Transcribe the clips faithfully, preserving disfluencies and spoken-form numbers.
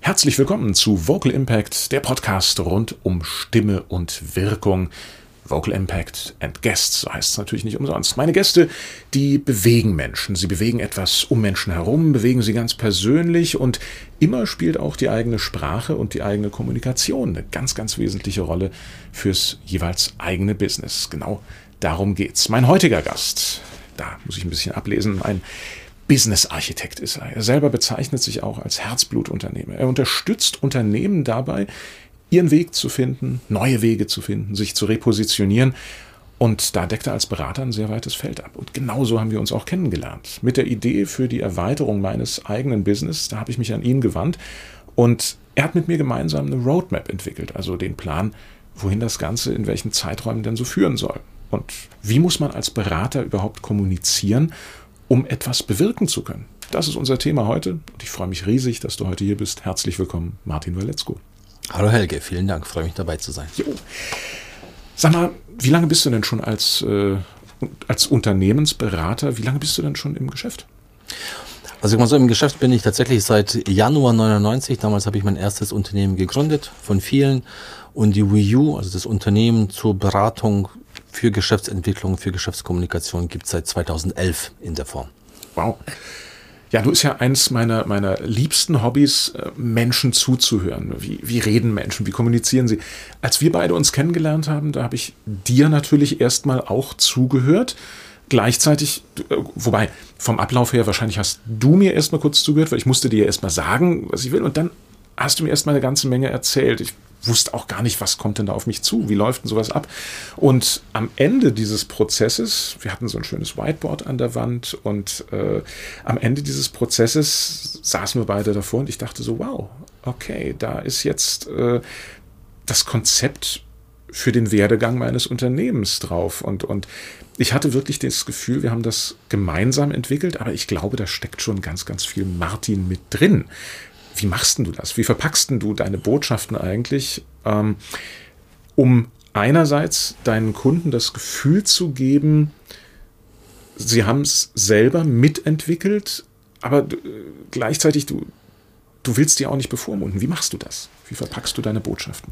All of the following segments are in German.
Herzlich willkommen zu Vocal Impact, der Podcast rund um Stimme und Wirkung. Vocal Impact and Guests, so heißt es natürlich nicht umsonst. Meine Gäste, die bewegen Menschen. Sie bewegen etwas um Menschen herum, bewegen sie ganz persönlich und immer spielt auch die eigene Sprache und die eigene Kommunikation eine ganz, ganz wesentliche Rolle fürs jeweils eigene Business. Genau darum geht's. Mein heutiger Gast, da muss ich ein bisschen ablesen, ein Business-Architekt ist er. Er selber bezeichnet sich auch als Herzblutunternehmer. Er unterstützt Unternehmen dabei, ihren Weg zu finden, neue Wege zu finden, sich zu repositionieren. Und da deckt er als Berater ein sehr weites Feld ab. Und genauso haben wir uns auch kennengelernt. Mit der Idee für die Erweiterung meines eigenen Business, da habe ich mich an ihn gewandt. Und er hat mit mir gemeinsam eine Roadmap entwickelt, also den Plan, wohin das Ganze in welchen Zeiträumen denn so führen soll. Und wie muss man als Berater überhaupt kommunizieren, um etwas bewirken zu können? Das ist unser Thema heute und ich freue mich riesig, dass du heute hier bist. Herzlich willkommen, Martin Waletzko. Hallo Helge, vielen Dank, freue mich dabei zu sein. Jo. Sag mal, wie lange bist du denn schon als, äh, als Unternehmensberater, wie lange bist du denn schon im Geschäft? Also ich muss sagen, im Geschäft bin ich tatsächlich seit Januar neunundneunzig. Damals habe ich mein erstes Unternehmen gegründet, von vielen. Und die W U, also das Unternehmen zur Beratung für Geschäftsentwicklung, für Geschäftskommunikation, gibt es seit zweitausendelf in der Form. Wow. Ja, du ist ja eins meiner, meiner liebsten Hobbys, Menschen zuzuhören. Wie, wie reden Menschen, wie kommunizieren sie? Als wir beide uns kennengelernt haben, da habe ich dir natürlich erstmal auch zugehört. Gleichzeitig, wobei vom Ablauf her, wahrscheinlich hast du mir erstmal kurz zugehört, weil ich musste dir erstmal sagen, was ich will. Und dann hast du mir erstmal eine ganze Menge erzählt. Ich wusste auch gar nicht, was kommt denn da auf mich zu, wie läuft denn sowas ab. Und am Ende dieses Prozesses, wir hatten so ein schönes Whiteboard an der Wand und äh, am Ende dieses Prozesses saßen wir beide davor und ich dachte so, wow, okay, da ist jetzt äh, das Konzept für den Werdegang meines Unternehmens drauf. Und, und ich hatte wirklich das Gefühl, wir haben das gemeinsam entwickelt, aber ich glaube, da steckt schon ganz, ganz viel Martin mit drin. Wie machst denn du das? Wie verpackst denn du deine Botschaften eigentlich, ähm, um einerseits deinen Kunden das Gefühl zu geben, sie haben es selber mitentwickelt, aber äh, gleichzeitig, du, du willst die auch nicht bevormunden. Wie machst du das? Wie verpackst du deine Botschaften?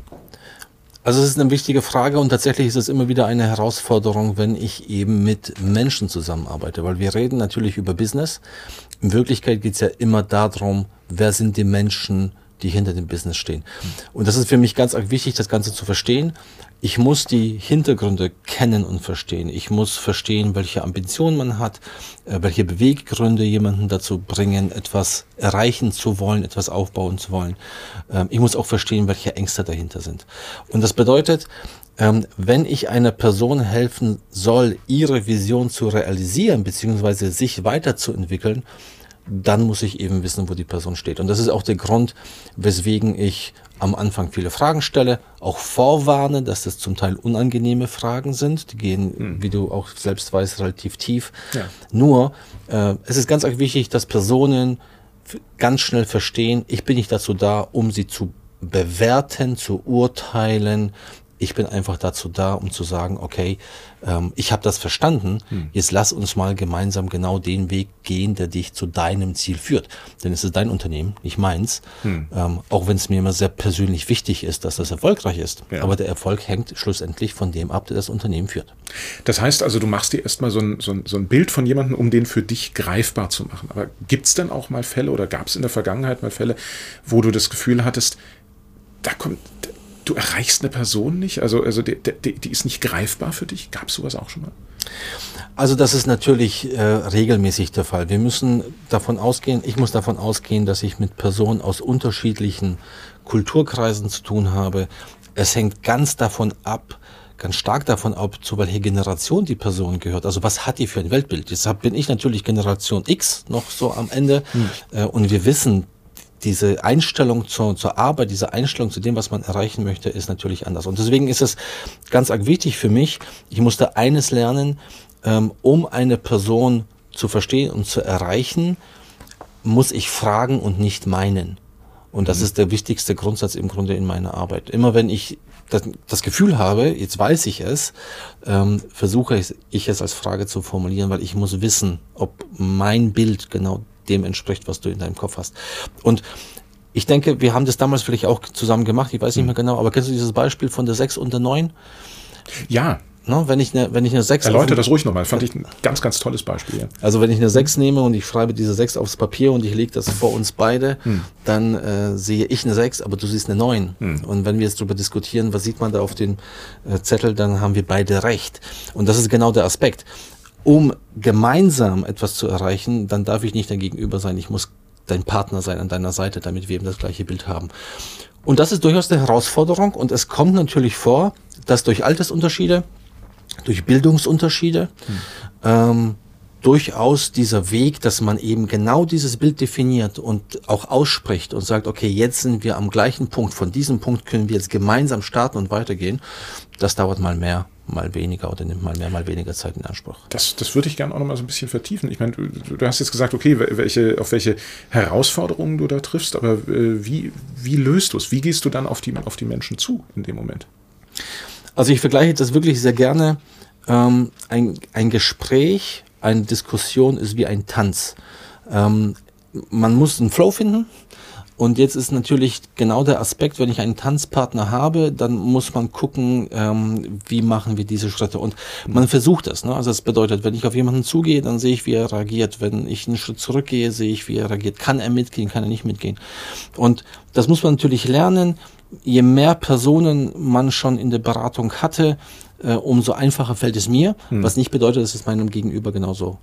Also es ist eine wichtige Frage und tatsächlich ist es immer wieder eine Herausforderung, wenn ich eben mit Menschen zusammenarbeite, weil wir reden natürlich über Business. In Wirklichkeit geht es ja immer darum, wer sind die Menschen, die hinter dem Business stehen. Und das ist für mich ganz wichtig, das Ganze zu verstehen. Ich muss die Hintergründe kennen und verstehen. Ich muss verstehen, welche Ambitionen man hat, welche Beweggründe jemanden dazu bringen, etwas erreichen zu wollen, etwas aufbauen zu wollen. Ich muss auch verstehen, welche Ängste dahinter sind. Und das bedeutet, wenn ich einer Person helfen soll, ihre Vision zu realisieren, beziehungsweise sich weiterzuentwickeln, dann muss ich eben wissen, wo die Person steht. Und das ist auch der Grund, weswegen ich am Anfang viele Fragen stelle, auch vorwarne, dass das zum Teil unangenehme Fragen sind. Die gehen, mhm. wie du auch selbst weißt, relativ tief. Ja. Nur, äh, es ist ganz wichtig, dass Personen ganz schnell verstehen, ich bin nicht dazu da, um sie zu bewerten, zu urteilen. Ich bin einfach dazu da, um zu sagen, okay, ähm, ich habe das verstanden, hm. jetzt lass uns mal gemeinsam genau den Weg gehen, der dich zu deinem Ziel führt. Denn es ist dein Unternehmen, nicht meins, hm. ähm, auch wenn es mir immer sehr persönlich wichtig ist, dass das erfolgreich ist. Ja. Aber der Erfolg hängt schlussendlich von dem ab, der das Unternehmen führt. Das heißt also, du machst dir erstmal so ein, so, ein, so ein Bild von jemandem, um den für dich greifbar zu machen. Aber gibt es denn auch mal Fälle oder gab es in der Vergangenheit mal Fälle, wo du das Gefühl hattest, da kommt... Du erreichst eine Person nicht? Also, also die, die, die ist nicht greifbar für dich? Gab es sowas auch schon mal? Also das ist natürlich äh, regelmäßig der Fall. Wir müssen davon ausgehen, ich muss davon ausgehen, dass ich mit Personen aus unterschiedlichen Kulturkreisen zu tun habe. Es hängt ganz davon ab, ganz stark davon ab, zu welcher Generation die Person gehört. Also was hat die für ein Weltbild? Deshalb bin ich natürlich Generation X noch so am Ende hm. äh, und wir wissen, diese Einstellung zur, zur Arbeit, diese Einstellung zu dem, was man erreichen möchte, ist natürlich anders. Und deswegen ist es ganz arg wichtig für mich, ich musste eines lernen, ähm, um eine Person zu verstehen und zu erreichen, muss ich fragen und nicht meinen. Und das mhm. ist der wichtigste Grundsatz im Grunde in meiner Arbeit. Immer wenn ich das, das Gefühl habe, jetzt weiß ich es, ähm, versuche ich, ich es als Frage zu formulieren, weil ich muss wissen, ob mein Bild genau dem entspricht, was du in deinem Kopf hast. Und Ich denke, wir haben das damals vielleicht auch zusammen gemacht, ich weiß nicht mehr genau, aber kennst du dieses Beispiel von der sechs und der neun? Ja. No, wenn ich eine, wenn ich eine sechs Erläutere das ruhig nochmal, fand ich ein ganz, ganz tolles Beispiel. Ja. Also wenn ich eine sechs nehme und ich schreibe diese sechs aufs Papier und ich lege das vor uns beide, hm. dann äh, sehe ich eine sechs, aber du siehst eine neun. Hm. Und wenn wir jetzt darüber diskutieren, was sieht man da auf den äh, Zettel, dann haben wir beide recht. Und das ist genau der Aspekt. Um gemeinsam etwas zu erreichen, dann darf ich nicht dein Gegenüber sein, ich muss dein Partner sein an deiner Seite, damit wir eben das gleiche Bild haben. Und das ist durchaus eine Herausforderung und es kommt natürlich vor, dass durch Altersunterschiede, durch Bildungsunterschiede, hm. ähm, durchaus dieser Weg, dass man eben genau dieses Bild definiert und auch ausspricht und sagt, okay, jetzt sind wir am gleichen Punkt, von diesem Punkt können wir jetzt gemeinsam starten und weitergehen, das dauert mal mehr, mal weniger oder nimmt mal mehr, mal weniger Zeit in Anspruch. Das, das würde ich gerne auch noch mal so ein bisschen vertiefen. Ich meine, du, du hast jetzt gesagt, okay, welche, auf welche Herausforderungen du da triffst, aber äh, wie, wie löst du es? Wie gehst du dann auf die, auf die Menschen zu in dem Moment? Also ich vergleiche das wirklich sehr gerne. Ähm, ein, ein Gespräch, eine Diskussion ist wie ein Tanz. Ähm, man muss einen Flow finden. Und jetzt ist natürlich genau der Aspekt, wenn ich einen Tanzpartner habe, dann muss man gucken, ähm, wie machen wir diese Schritte. Und man versucht das. Ne? Also das bedeutet, wenn ich auf jemanden zugehe, dann sehe ich, wie er reagiert. Wenn ich einen Schritt zurückgehe, sehe ich, wie er reagiert. Kann er mitgehen, kann er nicht mitgehen. Und das muss man natürlich lernen. Je mehr Personen man schon in der Beratung hatte, äh, umso einfacher fällt es mir. Hm. Was nicht bedeutet, dass es meinem Gegenüber genauso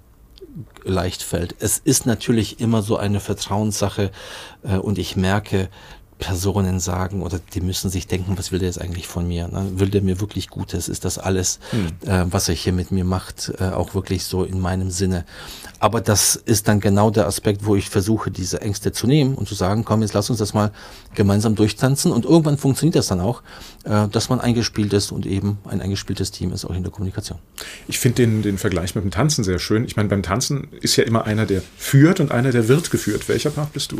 leicht fällt. Es ist natürlich immer so eine Vertrauenssache äh, und ich merke, Personen sagen oder die müssen sich denken, was will der jetzt eigentlich von mir? Ne? Will der mir wirklich Gutes? Ist das alles, hm. äh, was er hier mit mir macht, äh, auch wirklich so in meinem Sinne? Aber das ist dann genau der Aspekt, wo ich versuche, diese Ängste zu nehmen und zu sagen, komm, jetzt lass uns das mal gemeinsam durchtanzen und irgendwann funktioniert das dann auch, äh, dass man eingespielt ist und eben ein eingespieltes Team ist, auch in der Kommunikation. Ich finde den, den Vergleich mit dem Tanzen sehr schön. Ich meine, beim Tanzen ist ja immer einer, der führt und einer, der wird geführt. Welcher Part bist du?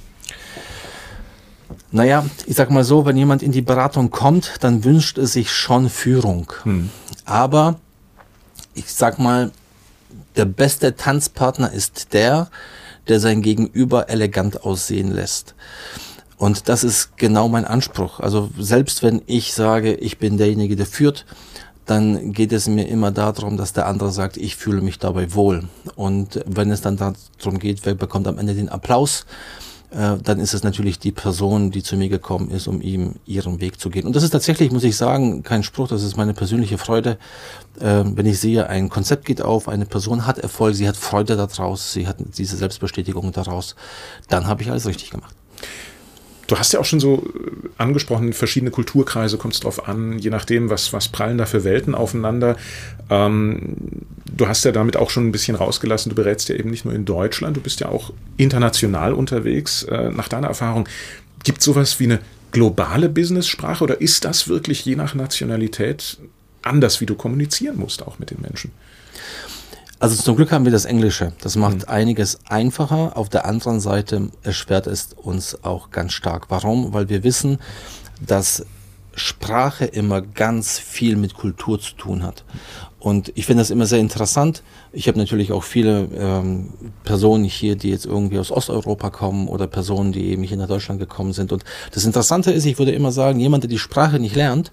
Naja, ich sag mal so, wenn jemand in die Beratung kommt, dann wünscht es sich schon Führung. Hm. Aber ich sag mal, der beste Tanzpartner ist der, der sein Gegenüber elegant aussehen lässt. Und das ist genau mein Anspruch. Also selbst wenn ich sage, ich bin derjenige, der führt, dann geht es mir immer darum, dass der andere sagt, ich fühle mich dabei wohl. Und wenn es dann darum geht, wer bekommt am Ende den Applaus, dann ist es natürlich die Person, die zu mir gekommen ist, um ihm ihren Weg zu gehen. Und das ist tatsächlich, muss ich sagen, kein Spruch, das ist meine persönliche Freude. Wenn ich sehe, ein Konzept geht auf, eine Person hat Erfolg, sie hat Freude daraus, sie hat diese Selbstbestätigung daraus, dann habe ich alles richtig gemacht. Du hast ja auch schon so angesprochen, verschiedene Kulturkreise, kommt es drauf an, je nachdem, was, was prallen da für Welten aufeinander. Ähm, du hast ja damit auch schon ein bisschen rausgelassen, du berätst ja eben nicht nur in Deutschland, du bist ja auch international unterwegs. Äh, nach deiner Erfahrung, gibt es sowas wie eine globale Business-Sprache oder ist das wirklich je nach Nationalität anders, wie du kommunizieren musst, auch mit den Menschen? Also zum Glück haben wir das Englische. Das macht mhm. einiges einfacher. Auf der anderen Seite erschwert es uns auch ganz stark. Warum? Weil wir wissen, dass Sprache immer ganz viel mit Kultur zu tun hat. Und ich finde das immer sehr interessant. Ich habe natürlich auch viele ähm, Personen hier, die jetzt irgendwie aus Osteuropa kommen oder Personen, die eben hier nach Deutschland gekommen sind. Und das Interessante ist, ich würde immer sagen, jemand, der die Sprache nicht lernt,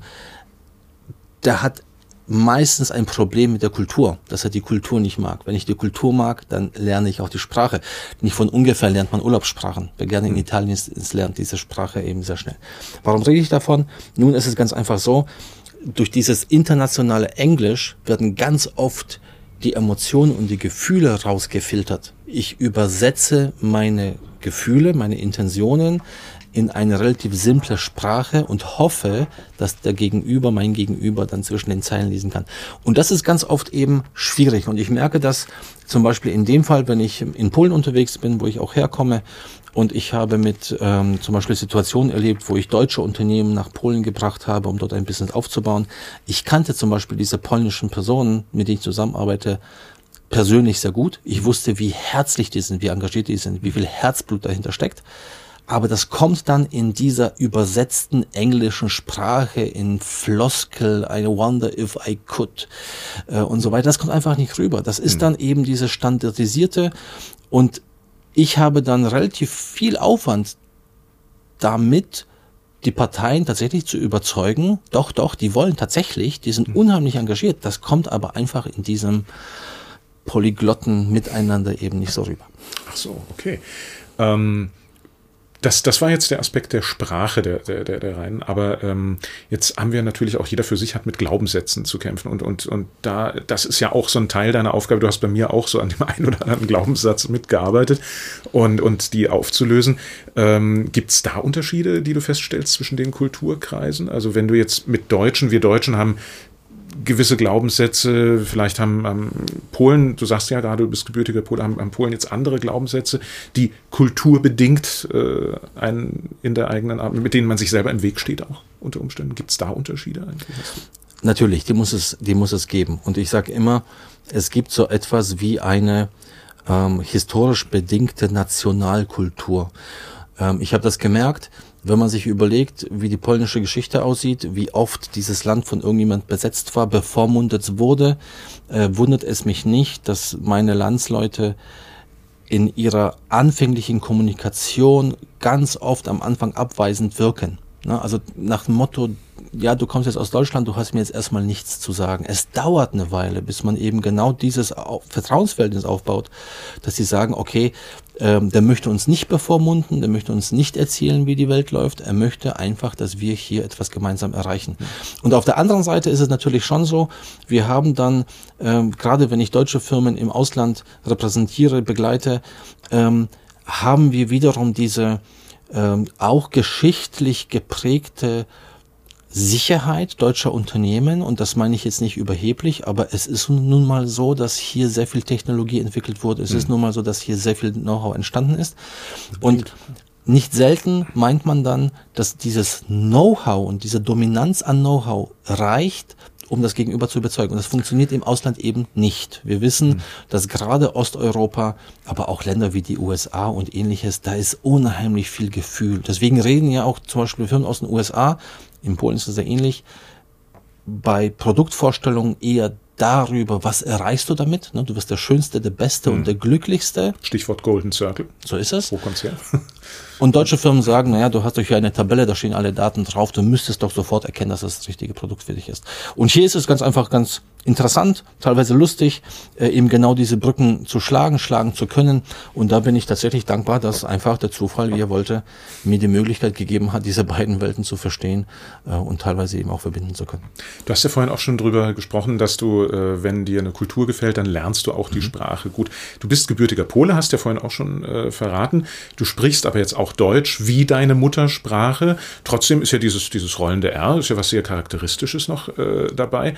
der hat meistens ein Problem mit der Kultur, dass er die Kultur nicht mag. Wenn ich die Kultur mag, dann lerne ich auch die Sprache. Nicht von ungefähr lernt man Urlaubssprachen. Wer gerne in Italien ist, ist, lernt diese Sprache eben sehr schnell. Warum rede ich davon? Nun ist es ganz einfach so, durch dieses internationale Englisch werden ganz oft die Emotionen und die Gefühle rausgefiltert. Ich übersetze meine Gefühle, meine Intentionen in eine relativ simple Sprache und hoffe, dass der Gegenüber, mein Gegenüber dann zwischen den Zeilen lesen kann. Und das ist ganz oft eben schwierig. Und ich merke das zum Beispiel in dem Fall, wenn ich in Polen unterwegs bin, wo ich auch herkomme, und ich habe mit ähm, zum Beispiel Situationen erlebt, wo ich deutsche Unternehmen nach Polen gebracht habe, um dort ein Business aufzubauen. Ich kannte zum Beispiel diese polnischen Personen, mit denen ich zusammenarbeite, persönlich sehr gut. Ich wusste, wie herzlich die sind, wie engagiert die sind, wie viel Herzblut dahinter steckt. Aber das kommt dann in dieser übersetzten englischen Sprache, in Floskel, I wonder if I could äh, und so weiter. Das kommt einfach nicht rüber. Das ist dann eben diese standardisierte und ich habe dann relativ viel Aufwand damit die Parteien tatsächlich zu überzeugen, doch, doch, die wollen tatsächlich, die sind unheimlich engagiert. Das kommt aber einfach in diesem polyglotten Miteinander eben nicht so rüber. Ach so, okay. Ähm, das, das war jetzt der Aspekt der Sprache der, der, der, der Reinen, aber ähm, jetzt haben wir natürlich auch, jeder für sich hat mit Glaubenssätzen zu kämpfen und, und, und da, das ist ja auch so ein Teil deiner Aufgabe. Du hast bei mir auch so an dem einen oder anderen Glaubenssatz mitgearbeitet und, und die aufzulösen. Ähm, gibt es da Unterschiede, die du feststellst zwischen den Kulturkreisen? Also wenn du jetzt mit Deutschen, wir Deutschen haben gewisse Glaubenssätze, vielleicht haben, haben Polen, du sagst ja gerade, du bist gebürtiger Pole, haben, haben Polen jetzt andere Glaubenssätze, die kulturbedingt äh, einen in der eigenen Art, mit denen man sich selber im Weg steht auch unter Umständen. Gibt es da Unterschiede eigentlich? Natürlich, die muss es, die muss es geben. Und ich sage immer, es gibt so etwas wie eine ähm, historisch bedingte Nationalkultur. Ähm, ich habe das gemerkt, wenn man sich überlegt, wie die polnische Geschichte aussieht, wie oft dieses Land von irgendjemand besetzt war, bevormundet wurde, äh, wundert es mich nicht, dass meine Landsleute in ihrer anfänglichen Kommunikation ganz oft am Anfang abweisend wirken. Ne? Also nach dem Motto, ja, du kommst jetzt aus Deutschland, du hast mir jetzt erstmal nichts zu sagen. Es dauert eine Weile, bis man eben genau dieses Vertrauensverhältnis aufbaut, dass sie sagen, okay, ähm, der möchte uns nicht bevormunden, der möchte uns nicht erzählen, wie die Welt läuft, er möchte einfach, dass wir hier etwas gemeinsam erreichen. Und auf der anderen Seite ist es natürlich schon so, wir haben dann, ähm, gerade wenn ich deutsche Firmen im Ausland repräsentiere, begleite, ähm, haben wir wiederum diese ähm, auch geschichtlich geprägte Sicherheit deutscher Unternehmen, und das meine ich jetzt nicht überheblich, aber es ist nun mal so, dass hier sehr viel Technologie entwickelt wurde. Es mhm. ist nun mal so, dass hier sehr viel Know-how entstanden ist. Und nicht selten meint man dann, dass dieses Know-how und diese Dominanz an Know-how reicht, um das Gegenüber zu überzeugen. Und das funktioniert im Ausland eben nicht. Wir wissen, mhm. dass gerade Osteuropa, aber auch Länder wie die U S A und ähnliches, da ist unheimlich viel Gefühl. Deswegen reden ja auch zum Beispiel Firmen aus den U S A, in Polen ist es sehr ähnlich, bei Produktvorstellungen eher darüber, was erreichst du damit? Du wirst der Schönste, der Beste mhm. und der Glücklichste. Stichwort Golden Circle. So ist es. Pro Konzern. Und deutsche Firmen sagen, naja, du hast doch hier eine Tabelle, da stehen alle Daten drauf, du müsstest doch sofort erkennen, dass das das richtige Produkt für dich ist. Und hier ist es ganz einfach ganz interessant, teilweise lustig, äh, eben genau diese Brücken zu schlagen, schlagen zu können. Und da bin ich tatsächlich dankbar, dass einfach der Zufall, wie er wollte, mir die Möglichkeit gegeben hat, diese beiden Welten zu verstehen äh, und teilweise eben auch verbinden zu können. Du hast ja vorhin auch schon drüber gesprochen, dass du, äh, wenn dir eine Kultur gefällt, dann lernst du auch die mhm. Sprache gut. Du bist gebürtiger Pole, hast ja vorhin auch schon äh, verraten. Du sprichst aber jetzt auch Deutsch wie deine Muttersprache. Trotzdem ist ja dieses, dieses rollende R, ist ja was sehr Charakteristisches noch äh, dabei.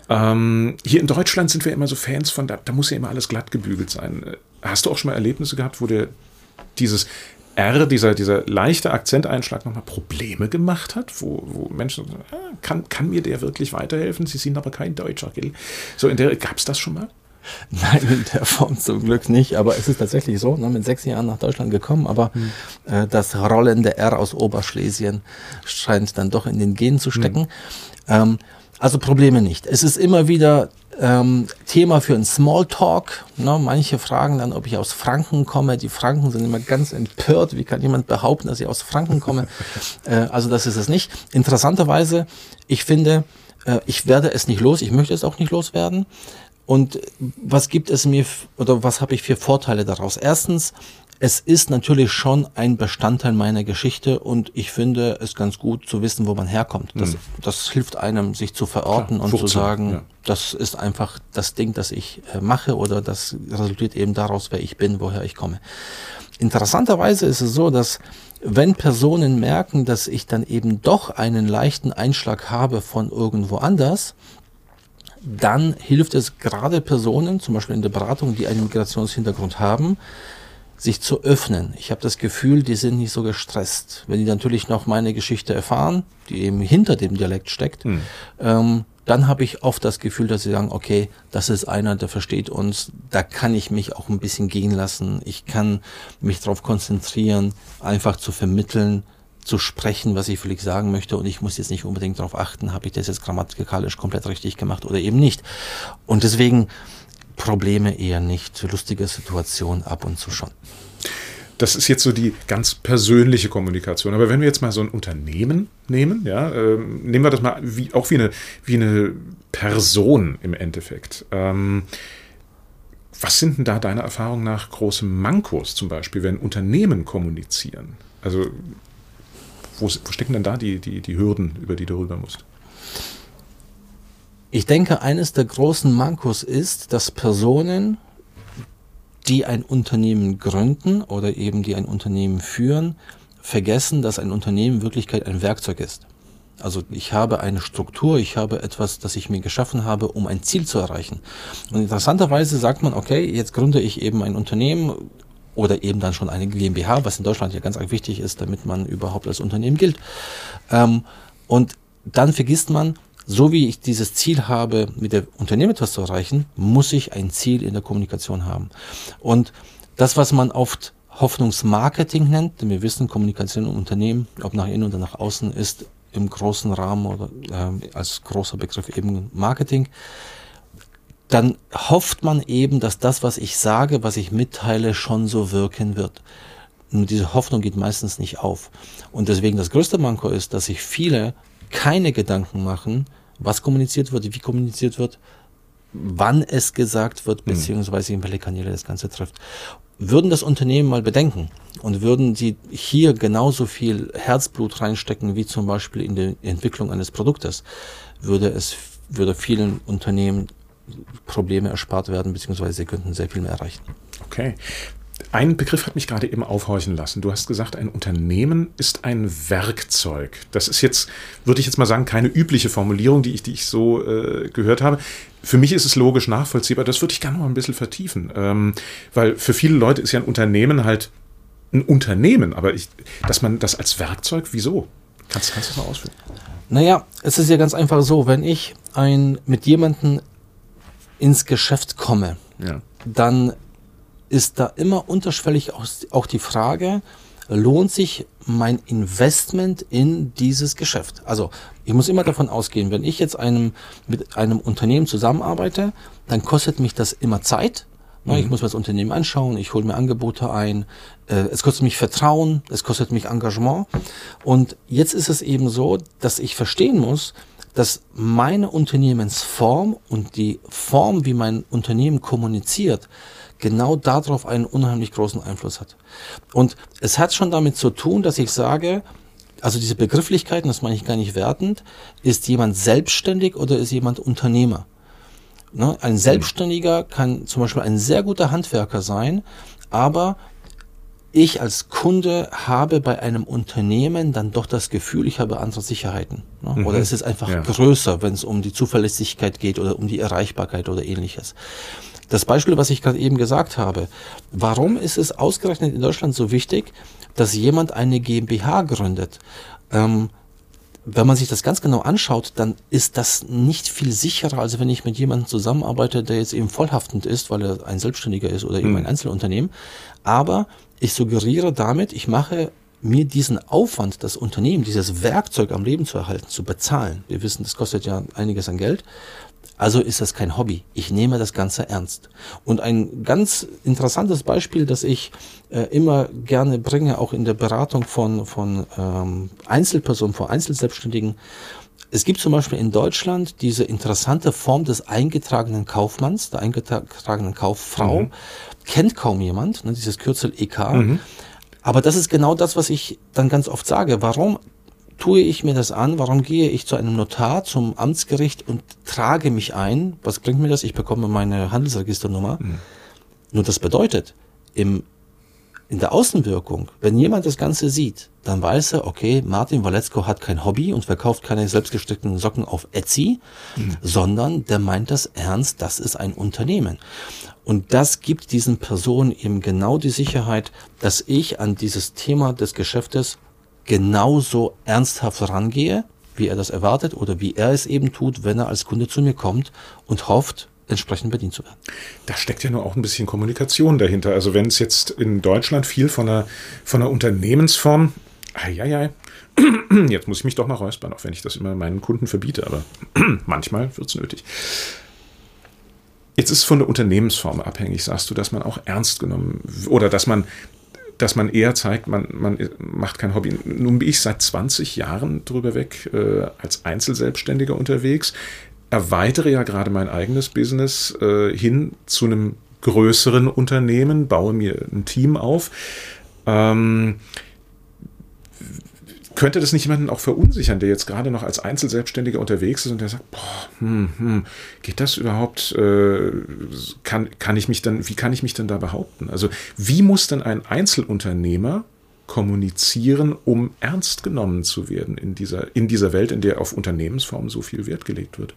Ähm, hier in Deutschland sind wir immer so Fans von, da, da muss ja immer alles glatt gebügelt sein. Hast du auch schon mal Erlebnisse gehabt, wo dir dieses R, dieser, dieser leichte Akzenteinschlag nochmal Probleme gemacht hat, wo, wo Menschen sagen, ah, kann, kann mir der wirklich weiterhelfen? Sie sind aber kein Deutscher, gell? So in der, gab's das schon mal? Nein, in der Form zum Glück nicht, aber es ist tatsächlich so, ne, mit sechs Jahren nach Deutschland gekommen, aber hm. äh, das rollende R aus Oberschlesien scheint dann doch in den Genen zu stecken. Hm. Ähm, also Probleme nicht. Es ist immer wieder ähm, Thema für einen Smalltalk. Ne? Manche fragen dann, ob ich aus Franken komme. Die Franken sind immer ganz empört. Wie kann jemand behaupten, dass ich aus Franken komme? äh, also das ist es nicht. Interessanterweise, ich finde, äh, ich werde es nicht los. Ich möchte es auch nicht loswerden. Und was gibt es mir, oder was habe ich für Vorteile daraus? Erstens, es ist natürlich schon ein Bestandteil meiner Geschichte und ich finde es ganz gut zu wissen, wo man herkommt. Das, mhm. das hilft einem, sich zu verorten Klar, und Furzen, zu sagen, ja. das ist einfach das Ding, das ich äh, mache oder das resultiert eben daraus, wer ich bin, woher ich komme. Interessanterweise ist es so, dass wenn Personen merken, dass ich dann eben doch einen leichten Einschlag habe von irgendwo anders, dann hilft es gerade Personen, zum Beispiel in der Beratung, die einen Migrationshintergrund haben, sich zu öffnen. Ich habe das Gefühl, die sind nicht so gestresst. Wenn die natürlich noch meine Geschichte erfahren, die eben hinter dem Dialekt steckt, hm. ähm, dann habe ich oft das Gefühl, dass sie sagen, okay, das ist einer, der versteht uns, da kann ich mich auch ein bisschen gehen lassen. Ich kann mich darauf konzentrieren, einfach zu vermitteln, zu sprechen, was ich wirklich sagen möchte, und ich muss jetzt nicht unbedingt darauf achten, habe ich das jetzt grammatikalisch komplett richtig gemacht oder eben nicht. Und deswegen Probleme eher nicht, lustige Situation ab und zu schon. das ist jetzt so die ganz persönliche Kommunikation. Aber wenn wir jetzt mal so ein Unternehmen nehmen, ja, ähm, nehmen wir das mal wie, auch wie eine, wie eine Person im Endeffekt. Ähm, was sind denn da deiner Erfahrung nach große Mankos zum Beispiel, wenn Unternehmen kommunizieren? Also wo, wo stecken denn da die, die, die Hürden, über die du rüber musst? Ich denke, eines der großen Mankos ist, dass Personen, die ein Unternehmen gründen oder eben die ein Unternehmen führen, vergessen, dass ein Unternehmen in Wirklichkeit ein Werkzeug ist. Also ich habe eine Struktur, ich habe etwas, das ich mir geschaffen habe, um ein Ziel zu erreichen. Und interessanterweise sagt man, okay, jetzt gründe ich eben ein Unternehmen oder eben dann schon eine GmbH, was in Deutschland ja ganz arg wichtig ist, damit man überhaupt als Unternehmen gilt. Und dann vergisst man, so wie ich dieses Ziel habe, mit dem Unternehmen etwas zu erreichen, muss ich ein Ziel in der Kommunikation haben. Und das, was man oft Hoffnungsmarketing nennt, denn wir wissen, Kommunikation im Unternehmen, ob nach innen oder nach außen, ist im großen Rahmen oder äh, als großer Begriff eben Marketing, dann hofft man eben, dass das, was ich sage, was ich mitteile, schon so wirken wird. Und diese Hoffnung geht meistens nicht auf. Und deswegen das größte Manko ist, dass sich viele keine Gedanken machen, was kommuniziert wird, wie kommuniziert wird, wann es gesagt wird, beziehungsweise in welche Kanäle das Ganze trifft. Würden das Unternehmen mal bedenken und würden sie hier genauso viel Herzblut reinstecken, wie zum Beispiel in die Entwicklung eines Produktes, würde es, würde vielen Unternehmen Probleme erspart werden, beziehungsweise sie könnten sehr viel mehr erreichen. Okay. Ein Begriff hat mich gerade eben aufhorchen lassen. Du hast gesagt, ein Unternehmen ist ein Werkzeug. Das ist jetzt, würde ich jetzt mal sagen, keine übliche Formulierung, die ich, die ich so äh, gehört habe. Für mich ist es logisch nachvollziehbar. Das würde ich gerne noch ein bisschen vertiefen. Ähm, weil für viele Leute ist ja ein Unternehmen halt ein Unternehmen. Aber ich, dass man das als Werkzeug, wieso? Kannst, kannst du das noch ausführen? Naja, es ist ja ganz einfach so, wenn ich ein, mit jemandem ins Geschäft komme, ja, dann ist da immer unterschwellig auch die Frage, lohnt sich mein Investment in dieses Geschäft? Also ich muss immer davon ausgehen, wenn ich jetzt einem, mit einem Unternehmen zusammenarbeite, dann kostet mich das immer Zeit. Mhm. Ich muss mir das Unternehmen anschauen, ich hole mir Angebote ein, es kostet mich Vertrauen, es kostet mich Engagement. Und jetzt ist es eben so, dass ich verstehen muss, dass meine Unternehmensform und die Form, wie mein Unternehmen kommuniziert, genau darauf einen unheimlich großen Einfluss hat. Und es hat schon damit zu tun, dass ich sage, also diese Begrifflichkeiten, das meine ich gar nicht wertend, ist jemand selbstständig oder ist jemand Unternehmer? Ne? Ein Selbstständiger kann zum Beispiel ein sehr guter Handwerker sein, aber ich als Kunde habe bei einem Unternehmen dann doch das Gefühl, ich habe andere Sicherheiten. Ne? Mhm. Oder es ist einfach ja. größer, wenn es um die Zuverlässigkeit geht oder um die Erreichbarkeit oder ähnliches. Das Beispiel, was ich gerade eben gesagt habe, warum ist es ausgerechnet in Deutschland so wichtig, dass jemand eine GmbH gründet? Ähm, wenn man sich das ganz genau anschaut, dann ist das nicht viel sicherer, als wenn ich mit jemandem zusammenarbeite, der jetzt eben vollhaftend ist, weil er ein Selbstständiger ist oder eben ein Einzelunternehmen. Aber ich suggeriere damit, ich mache mir diesen Aufwand, das Unternehmen, dieses Werkzeug am Leben zu erhalten, zu bezahlen. Wir wissen, das kostet ja einiges an Geld. Also ist das kein Hobby. Ich nehme das Ganze ernst. Und ein ganz interessantes Beispiel, das ich äh, immer gerne bringe, auch in der Beratung von, von ähm, Einzelpersonen, von Einzelselbstständigen. Es gibt zum Beispiel in Deutschland diese interessante Form des eingetragenen Kaufmanns, der eingetragenen Kauffrau. Mhm. Kennt kaum jemand, ne, dieses Kürzel E K. Mhm. Aber das ist genau das, was ich dann ganz oft sage. Warum tue ich mir das an? Warum gehe ich zu einem Notar, zum Amtsgericht und trage mich ein? Was bringt mir das? Ich bekomme meine Handelsregisternummer. Mhm. Nur das bedeutet, im, in der Außenwirkung, wenn jemand das Ganze sieht, dann weiß er, okay, Martin Waletzko hat kein Hobby und verkauft keine selbstgestrickten Socken auf Etsy, mhm. sondern der meint das ernst, das ist ein Unternehmen. Und das gibt diesen Personen eben genau die Sicherheit, dass ich an dieses Thema des Geschäftes genauso ernsthaft rangehe, wie er das erwartet oder wie er es eben tut, wenn er als Kunde zu mir kommt und hofft, entsprechend bedient zu werden. Da steckt ja nur auch ein bisschen Kommunikation dahinter. Also wenn es jetzt in Deutschland viel von einer, von einer Unternehmensform, eieiei, jetzt muss ich mich doch mal räuspern, auch wenn ich das immer meinen Kunden verbiete, aber manchmal wird es nötig. Jetzt ist es von der Unternehmensform abhängig, sagst du, dass man auch ernst genommen oder dass man dass man eher zeigt, man, man macht kein Hobby. Nun bin ich seit zwanzig Jahren drüber weg äh, als Einzelselbstständiger unterwegs, erweitere ja gerade mein eigenes Business äh, hin zu einem größeren Unternehmen, baue mir ein Team auf. Ähm, könnte das nicht jemanden auch verunsichern, der jetzt gerade noch als Einzelselbstständiger unterwegs ist und der sagt, boah, hm, hm, geht das überhaupt, äh, kann, kann ich mich dann, wie kann ich mich denn da behaupten? Also wie muss denn ein Einzelunternehmer kommunizieren, um ernst genommen zu werden in dieser, in dieser Welt, in der auf Unternehmensform so viel Wert gelegt wird?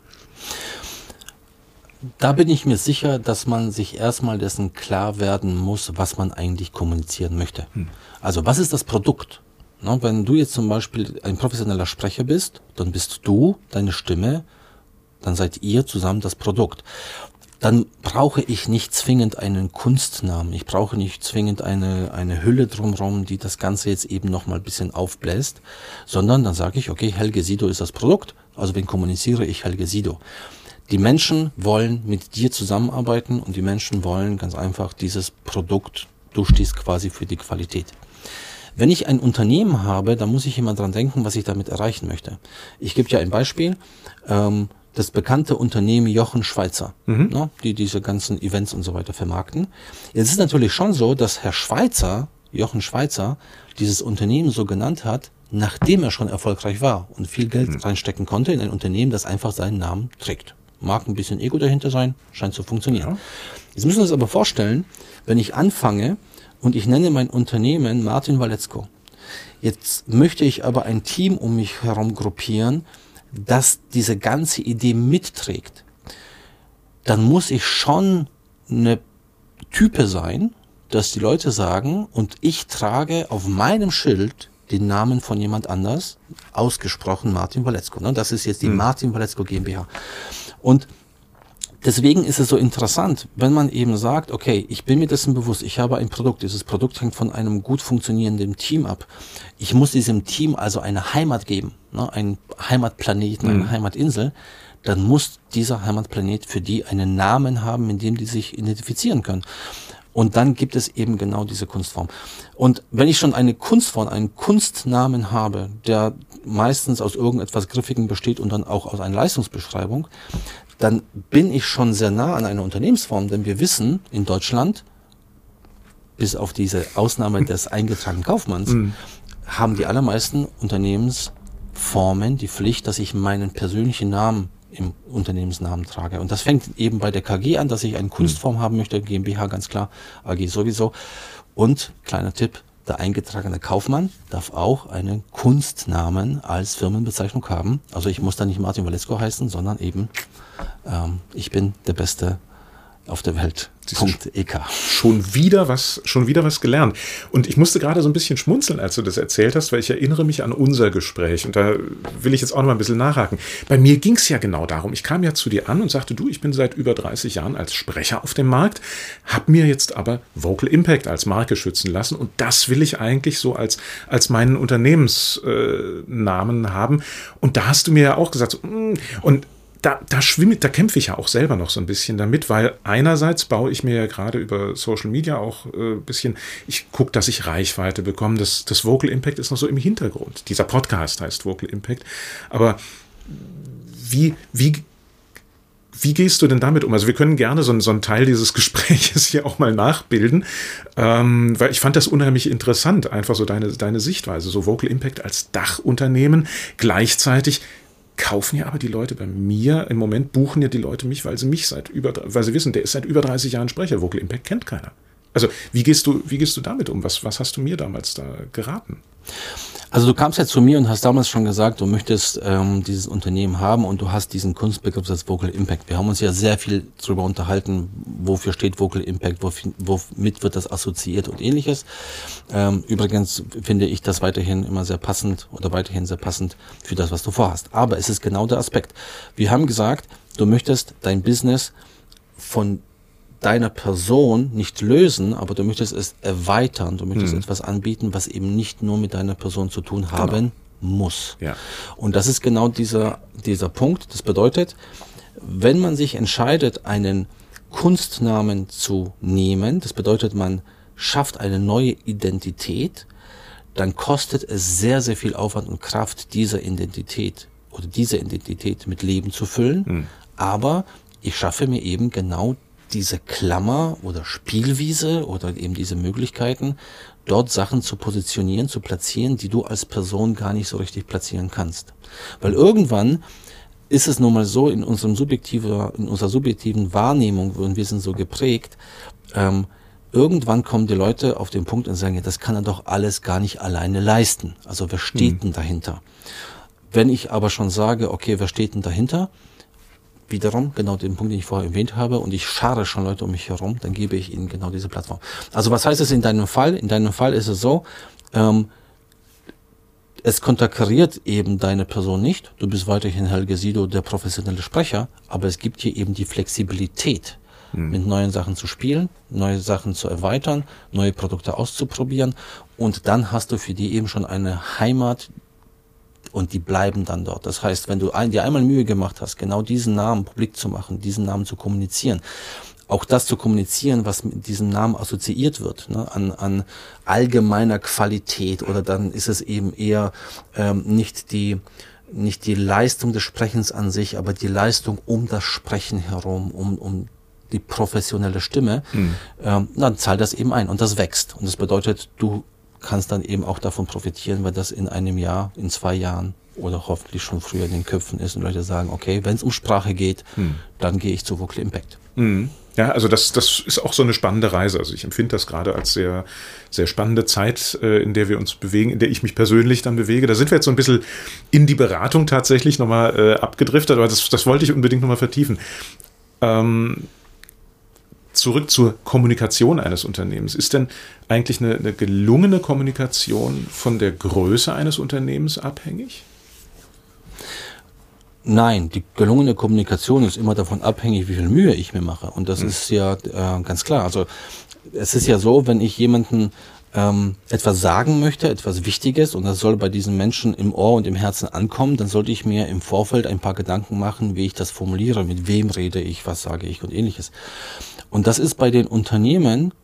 Da bin ich mir sicher, dass man sich erstmal dessen klar werden muss, was man eigentlich kommunizieren möchte. Hm. Also was ist das Produkt? Na, wenn du jetzt zum Beispiel ein professioneller Sprecher bist, dann bist du, deine Stimme, dann seid ihr zusammen das Produkt. Dann brauche ich nicht zwingend einen Kunstnamen. Ich brauche nicht zwingend eine, eine Hülle drumherum, die das Ganze jetzt eben nochmal ein bisschen aufbläst, sondern dann sage ich, okay, Helge Sido ist das Produkt, also wen kommuniziere ich Helge Sido? Die Menschen wollen mit dir zusammenarbeiten und die Menschen wollen ganz einfach dieses Produkt, du stehst quasi für die Qualität. Wenn ich ein Unternehmen habe, dann muss ich immer dran denken, was ich damit erreichen möchte. Ich gebe dir ein Beispiel. Ähm, das bekannte Unternehmen Jochen Schweizer, mhm. ne, die diese ganzen Events und so weiter vermarkten. Jetzt ist natürlich schon so, dass Herr Schweizer, Jochen Schweizer, dieses Unternehmen so genannt hat, nachdem er schon erfolgreich war und viel Geld mhm. reinstecken konnte in ein Unternehmen, das einfach seinen Namen trägt. Mag ein bisschen Ego dahinter sein, scheint zu funktionieren. Ja. Jetzt müssen wir uns aber vorstellen, wenn ich anfange, und ich nenne mein Unternehmen Martin Walecko. Jetzt möchte ich aber ein Team um mich herum gruppieren, das diese ganze Idee mitträgt. Dann muss ich schon eine Type sein, dass die Leute sagen, und ich trage auf meinem Schild den Namen von jemand anders, ausgesprochen Martin Walecko. Das ist jetzt die mhm. Martin Walecko GmbH. Und deswegen ist es so interessant, wenn man eben sagt, okay, ich bin mir dessen bewusst, ich habe ein Produkt, dieses Produkt hängt von einem gut funktionierenden Team ab. Ich muss diesem Team also eine Heimat geben, ne, einen Heimatplaneten, eine mhm. Heimatinsel, dann muss dieser Heimatplanet für die einen Namen haben, in dem die sich identifizieren können. Und dann gibt es eben genau diese Kunstform. Und wenn ich schon eine Kunstform, einen Kunstnamen habe, der meistens aus irgendetwas Griffigem besteht und dann auch aus einer Leistungsbeschreibung, dann bin ich schon sehr nah an einer Unternehmensform, denn wir wissen in Deutschland, bis auf diese Ausnahme des eingetragenen Kaufmanns, mhm. haben die allermeisten Unternehmensformen die Pflicht, dass ich meinen persönlichen Namen im Unternehmensnamen trage. Und das fängt eben bei der K G an, dass ich eine Kunstform mhm. haben möchte, GmbH ganz klar, A G sowieso. Und, kleiner Tipp, der eingetragene Kaufmann darf auch einen Kunstnamen als Firmenbezeichnung haben. Also ich muss da nicht Martin Walecko heißen, sondern eben ähm, ich bin der Beste auf der Welt. .ek. Schon wieder was, schon wieder was gelernt. Und ich musste gerade so ein bisschen schmunzeln, als du das erzählt hast, weil ich erinnere mich an unser Gespräch und da will ich jetzt auch noch mal ein bisschen nachhaken. Bei mir ging es ja genau darum. Ich kam ja zu dir an und sagte, du, ich bin seit über dreißig Jahren als Sprecher auf dem Markt, habe mir jetzt aber Vocal Impact als Marke schützen lassen und das will ich eigentlich so als, als meinen Unternehmensnamen äh, haben. Und da hast du mir ja auch gesagt, so, mm, und Da, da schwimme, da kämpfe ich ja auch selber noch so ein bisschen damit, weil einerseits baue ich mir ja gerade über Social Media auch ein äh, bisschen, ich gucke, dass ich Reichweite bekomme. Das, das Vocal Impact ist noch so im Hintergrund. Dieser Podcast heißt Vocal Impact. Aber wie, wie, wie gehst du denn damit um? Also wir können gerne so, so einen Teil dieses Gespräches hier auch mal nachbilden, ähm, weil ich fand das unheimlich interessant, einfach so deine, deine Sichtweise, so Vocal Impact als Dachunternehmen, gleichzeitig kaufen ja aber die Leute bei mir, im Moment buchen ja die Leute mich, weil sie mich seit über, weil sie wissen, der ist seit über dreißig Jahren Sprecher. Vocal Impact kennt keiner. Also wie gehst du, wie gehst du damit um? Was, was hast du mir damals da geraten? Also du kamst ja zu mir und hast damals schon gesagt, du möchtest ähm, dieses Unternehmen haben und du hast diesen Kunstbegriff als Vocal Impact. Wir haben uns ja sehr viel darüber unterhalten, wofür steht Vocal Impact, womit wird das assoziiert und ähnliches. Ähm, übrigens finde ich das weiterhin immer sehr passend oder weiterhin sehr passend für das, was du vorhast. Aber es ist genau der Aspekt. Wir haben gesagt, du möchtest dein Business von deiner Person nicht lösen, aber du möchtest es erweitern, du möchtest mhm. etwas anbieten, was eben nicht nur mit deiner Person zu tun haben genau. muss. Ja. Und das ist genau dieser, dieser Punkt. Das bedeutet, wenn man sich entscheidet, einen Kunstnamen zu nehmen, das bedeutet, man schafft eine neue Identität, dann kostet es sehr, sehr viel Aufwand und Kraft, diese Identität oder diese Identität mit Leben zu füllen. Mhm. Aber ich schaffe mir eben genau diese Klammer oder Spielwiese oder eben diese Möglichkeiten, dort Sachen zu positionieren, zu platzieren, die du als Person gar nicht so richtig platzieren kannst. Weil irgendwann ist es nun mal so, in unserem subjektiver, in unserer subjektiven Wahrnehmung, und wir sind so geprägt, ähm, irgendwann kommen die Leute auf den Punkt und sagen, ja, das kann er doch alles gar nicht alleine leisten. Also wer steht hm. denn dahinter? Wenn ich aber schon sage, okay, wer steht denn dahinter? Wiederum, genau den Punkt, den ich vorher erwähnt habe, und ich schare schon Leute um mich herum, dann gebe ich ihnen genau diese Plattform. Also was heißt es in deinem Fall? In deinem Fall ist es so, ähm, es konterkariert eben deine Person nicht. Du bist weiterhin Helge Sido, der professionelle Sprecher, aber es gibt dir eben die Flexibilität, hm. mit neuen Sachen zu spielen, neue Sachen zu erweitern, neue Produkte auszuprobieren, und dann hast du für die eben schon eine Heimat, und die bleiben dann dort. Das heißt, wenn du ein, dir einmal Mühe gemacht hast, genau diesen Namen publik zu machen, diesen Namen zu kommunizieren, auch das zu kommunizieren, was mit diesem Namen assoziiert wird, ne, an, an allgemeiner Qualität, oder dann ist es eben eher ähm, nicht die nicht die Leistung des Sprechens an sich, aber die Leistung um das Sprechen herum, um um die professionelle Stimme, mhm. ähm, dann zahlt das eben ein und das wächst. Und das bedeutet, du kannst dann eben auch davon profitieren, weil das in einem Jahr, in zwei Jahren oder hoffentlich schon früher in den Köpfen ist und Leute sagen, okay, wenn es um Sprache geht, hm. dann gehe ich zu Vocal Impact. Hm. Ja, also das, das ist auch so eine spannende Reise. Also ich empfinde das gerade als sehr, sehr spannende Zeit, in der wir uns bewegen, in der ich mich persönlich dann bewege. Da sind wir jetzt so ein bisschen in die Beratung tatsächlich nochmal äh, abgedriftet, aber das, das wollte ich unbedingt nochmal vertiefen. Ähm, Zurück zur Kommunikation eines Unternehmens. Ist denn eigentlich eine, eine gelungene Kommunikation von der Größe eines Unternehmens abhängig? Nein, die gelungene Kommunikation ist immer davon abhängig, wie viel Mühe ich mir mache. Und das hm. ist ja äh, ganz klar. Also es ist ja so, wenn ich jemanden ähm, etwas sagen möchte, etwas Wichtiges, und das soll bei diesen Menschen im Ohr und im Herzen ankommen, dann sollte ich mir im Vorfeld ein paar Gedanken machen, wie ich das formuliere, mit wem rede ich, was sage ich und ähnliches. Und das ist bei den Unternehmen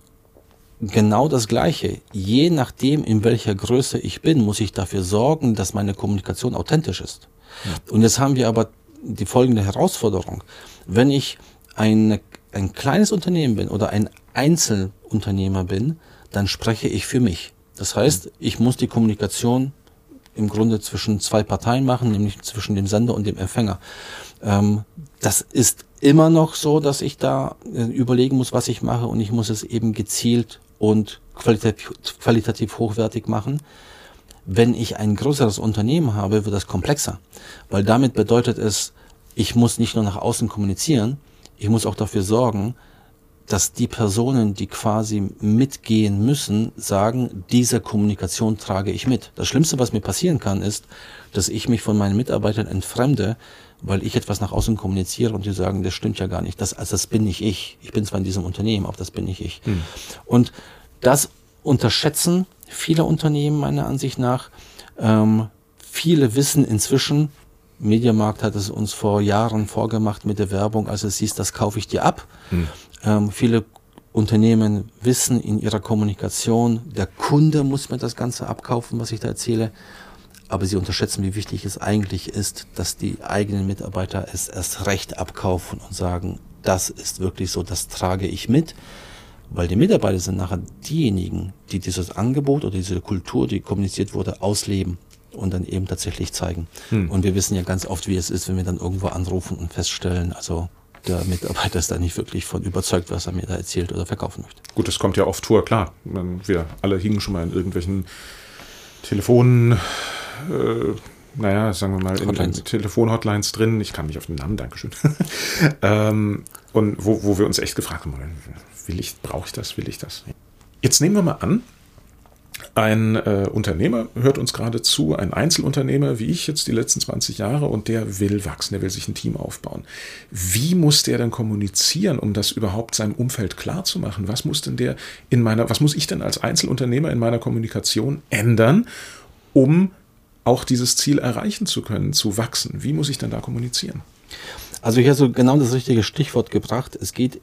genau das Gleiche. Je nachdem, in welcher Größe ich bin, muss ich dafür sorgen, dass meine Kommunikation authentisch ist. Ja. Und jetzt haben wir aber die folgende Herausforderung. Wenn ich eine, ein kleines Unternehmen bin oder ein Einzelunternehmer bin, dann spreche ich für mich. Das heißt, ich muss die Kommunikation im Grunde zwischen zwei Parteien machen, nämlich zwischen dem Sender und dem Empfänger. Ähm, das ist immer noch so, dass ich da äh, überlegen muss, was ich mache, und ich muss es eben gezielt und qualitativ, qualitativ hochwertig machen. Wenn ich ein größeres Unternehmen habe, wird das komplexer, weil damit bedeutet es, ich muss nicht nur nach außen kommunizieren, ich muss auch dafür sorgen, dass die Personen, die quasi mitgehen müssen, sagen, diese Kommunikation trage ich mit. Das Schlimmste, was mir passieren kann, ist, dass ich mich von meinen Mitarbeitern entfremde, weil ich etwas nach außen kommuniziere und die sagen, das stimmt ja gar nicht. Das, also das bin nicht ich. Ich bin zwar in diesem Unternehmen, aber das bin nicht ich. Hm. Und das unterschätzen viele Unternehmen meiner Ansicht nach. Ähm, viele wissen inzwischen, Mediamarkt hat es uns vor Jahren vorgemacht mit der Werbung, als es hieß, das kaufe ich dir ab. Hm. Ähm, viele Unternehmen wissen in ihrer Kommunikation, der Kunde muss mir das Ganze abkaufen, was ich da erzähle. Aber sie unterschätzen, wie wichtig es eigentlich ist, dass die eigenen Mitarbeiter es erst recht abkaufen und sagen, das ist wirklich so, das trage ich mit. Weil die Mitarbeiter sind nachher diejenigen, die dieses Angebot oder diese Kultur, die kommuniziert wurde, ausleben und dann eben tatsächlich zeigen. Hm. Und wir wissen ja ganz oft, wie es ist, wenn wir dann irgendwo anrufen und feststellen, also der Mitarbeiter ist da nicht wirklich von überzeugt, was er mir da erzählt oder verkaufen möchte. Gut, das kommt ja oft vor, klar. Wir alle hingen schon mal in irgendwelchen Telefonen, äh, naja, sagen wir mal, in, in Telefonhotlines drin. Ich kann nicht auf den Namen, Dankeschön. ähm, und wo, wo wir uns echt gefragt haben, will ich, brauche ich das, will ich das? Jetzt nehmen wir mal an, ein äh, Unternehmer hört uns gerade zu, ein Einzelunternehmer wie ich jetzt die letzten zwanzig Jahre, und der will wachsen, der will sich ein Team aufbauen. Wie muss der denn kommunizieren, um das überhaupt seinem Umfeld klar zu machen? Was muss denn der in meiner, was muss ich denn als Einzelunternehmer in meiner Kommunikation ändern, um auch dieses Ziel erreichen zu können, zu wachsen? Wie muss ich denn da kommunizieren? Also hier hast du genau das richtige Stichwort gebracht. Es geht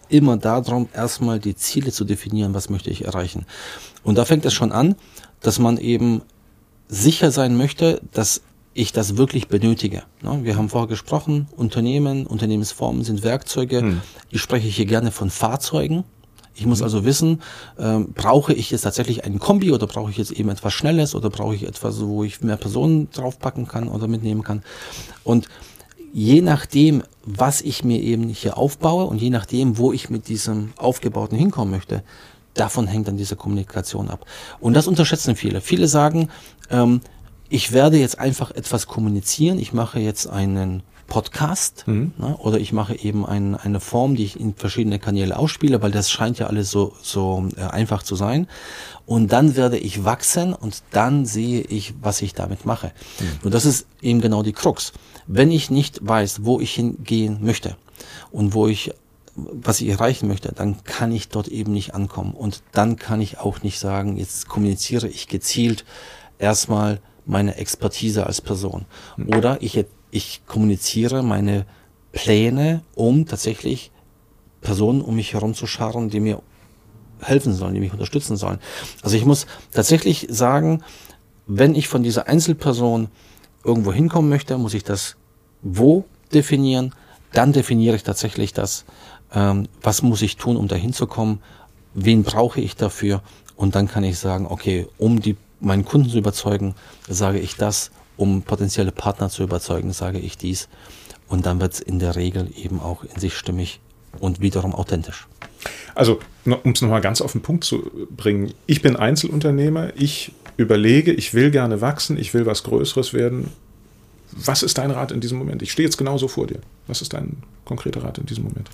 immer darum, erstmal die Ziele zu definieren, was möchte ich erreichen. Und da fängt es schon an, dass man eben sicher sein möchte, dass ich das wirklich benötige. Wir haben vorher gesprochen, Unternehmen, Unternehmensformen sind Werkzeuge. Hm. Ich spreche hier gerne von Fahrzeugen. Ich muss also wissen, ähm, brauche ich jetzt tatsächlich einen Kombi oder brauche ich jetzt eben etwas Schnelles oder brauche ich etwas, wo ich mehr Personen draufpacken kann oder mitnehmen kann. Und je nachdem, was ich mir eben hier aufbaue und je nachdem, wo ich mit diesem Aufgebauten hinkommen möchte, davon hängt dann diese Kommunikation ab. Und das unterschätzen viele. Viele sagen, ähm, ich werde jetzt einfach etwas kommunizieren, ich mache jetzt einen Podcast mhm. ne, oder ich mache eben ein, eine Form, die ich in verschiedene Kanäle ausspiele, weil das scheint ja alles so, so äh, einfach zu sein. Und dann werde ich wachsen und dann sehe ich, was ich damit mache. Mhm. Und das ist eben genau die Krux. Wenn ich nicht weiß, wo ich hingehen möchte und wo ich, was ich erreichen möchte, dann kann ich dort eben nicht ankommen. Und dann kann ich auch nicht sagen, jetzt kommuniziere ich gezielt erstmal meine Expertise als Person. Mhm. Oder ich Ich kommuniziere meine Pläne, um tatsächlich Personen um mich herum zu scharen, die mir helfen sollen, die mich unterstützen sollen. Also ich muss tatsächlich sagen, wenn ich von dieser Einzelperson irgendwo hinkommen möchte, muss ich das wo definieren. Dann definiere ich tatsächlich das, ähm, was muss ich tun, um dahin zu kommen, wen brauche ich dafür. Und dann kann ich sagen, okay, um die meinen Kunden zu überzeugen, sage ich das. Um potenzielle Partner zu überzeugen, sage ich dies. Und dann wird es in der Regel eben auch in sich stimmig und wiederum authentisch. Also, um es nochmal ganz auf den Punkt zu bringen, ich bin Einzelunternehmer, ich überlege, ich will gerne wachsen, ich will was Größeres werden. Was ist dein Rat in diesem Moment? Ich stehe jetzt genauso vor dir. Was ist dein konkreter Rat in diesem Moment?